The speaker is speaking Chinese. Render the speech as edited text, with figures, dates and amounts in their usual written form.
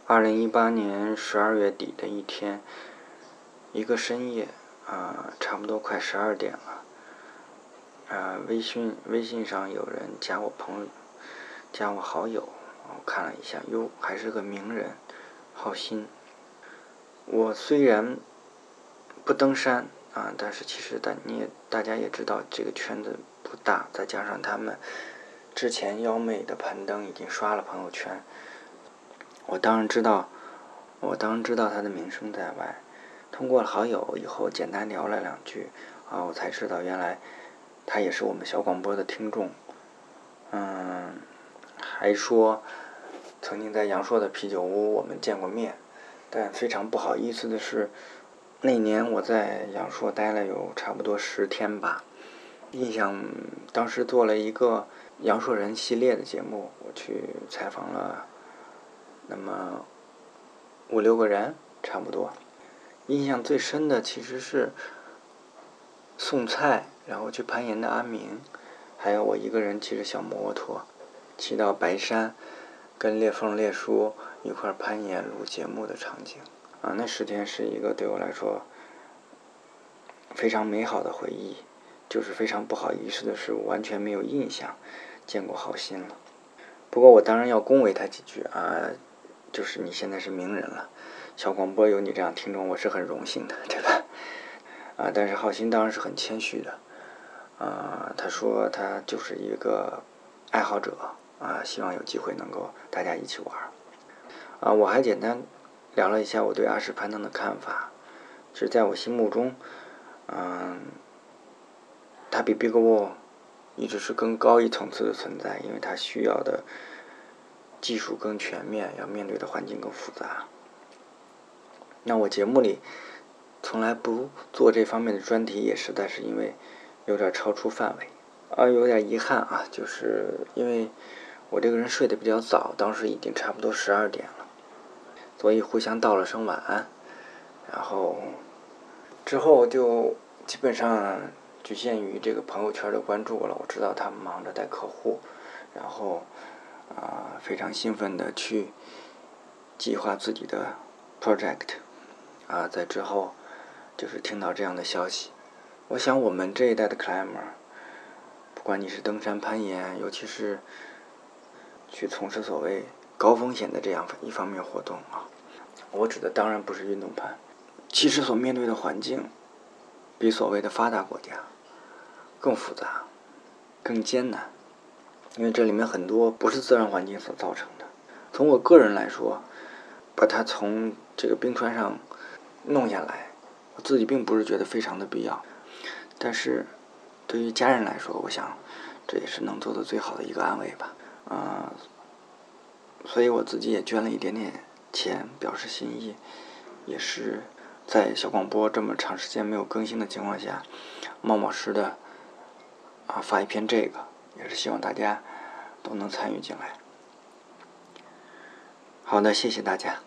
2018年12月底的一天，一个深夜差不多快12点了。微信上有人加我好友，我看了一下，哟，还是个名人，浩鑫。我虽然不登山但是其实大家也知道这个圈子不大，再加上他们之前妖妹的攀登已经刷了朋友圈，我当然知道他的名声在外。通过了好友以后，简单聊了2句我才知道原来他也是我们小广播的听众。还说曾经在阳朔的啤酒屋我们见过面，但非常不好意思的是，那年我在阳朔待了有差不多10天吧。印象当时做了一个阳朔人系列的节目，我去采访了那么5、6个人差不多。印象最深的其实是送菜然后去攀岩的阿明，还有我一个人骑着小摩托骑到白山跟裂缝裂叔一块攀岩录节目的场景那10天是一个对我来说非常美好的回忆。就是非常不好意思的是，我完全没有印象见过浩鑫了。不过我当然要恭维他几句就是你现在是名人了，小广播有你这样听众，我是很荣幸的，对吧？但是浩鑫当然是很谦虚的他说他就是一个爱好者希望有机会能够大家一起玩我还简单聊了一下我对阿什攀登的看法。是在我心目中它比 Big Wall 一直是更高一层次的存在，因为它需要的技术更全面，要面对的环境更复杂。那我节目里从来不做这方面的专题，也实在是因为有点超出范围有点遗憾就是因为我这个人睡得比较早，当时已经差不多12点了，所以互相道了声晚安，然后之后就基本上局限于这个朋友圈的关注了。我知道他们忙着带客户，然后非常兴奋的去计划自己的 project在之后就是听到这样的消息。我想我们这一代的 climber， 不管你是登山攀岩，尤其是去从事所谓高风险的这样一方面活动我指的当然不是运动攀，其实所面对的环境比所谓的发达国家更复杂更艰难，因为这里面很多不是自然环境所造成的。从我个人来说，把它从这个冰川上弄下来，我自己并不是觉得非常的必要，但是对于家人来说，我想这也是能做的最好的一个安慰吧所以我自己也捐了一点点钱表示心意，也是在小广播这么长时间没有更新的情况下，冒冒失的发一篇这个，也是希望大家都能参与进来。好的，谢谢大家。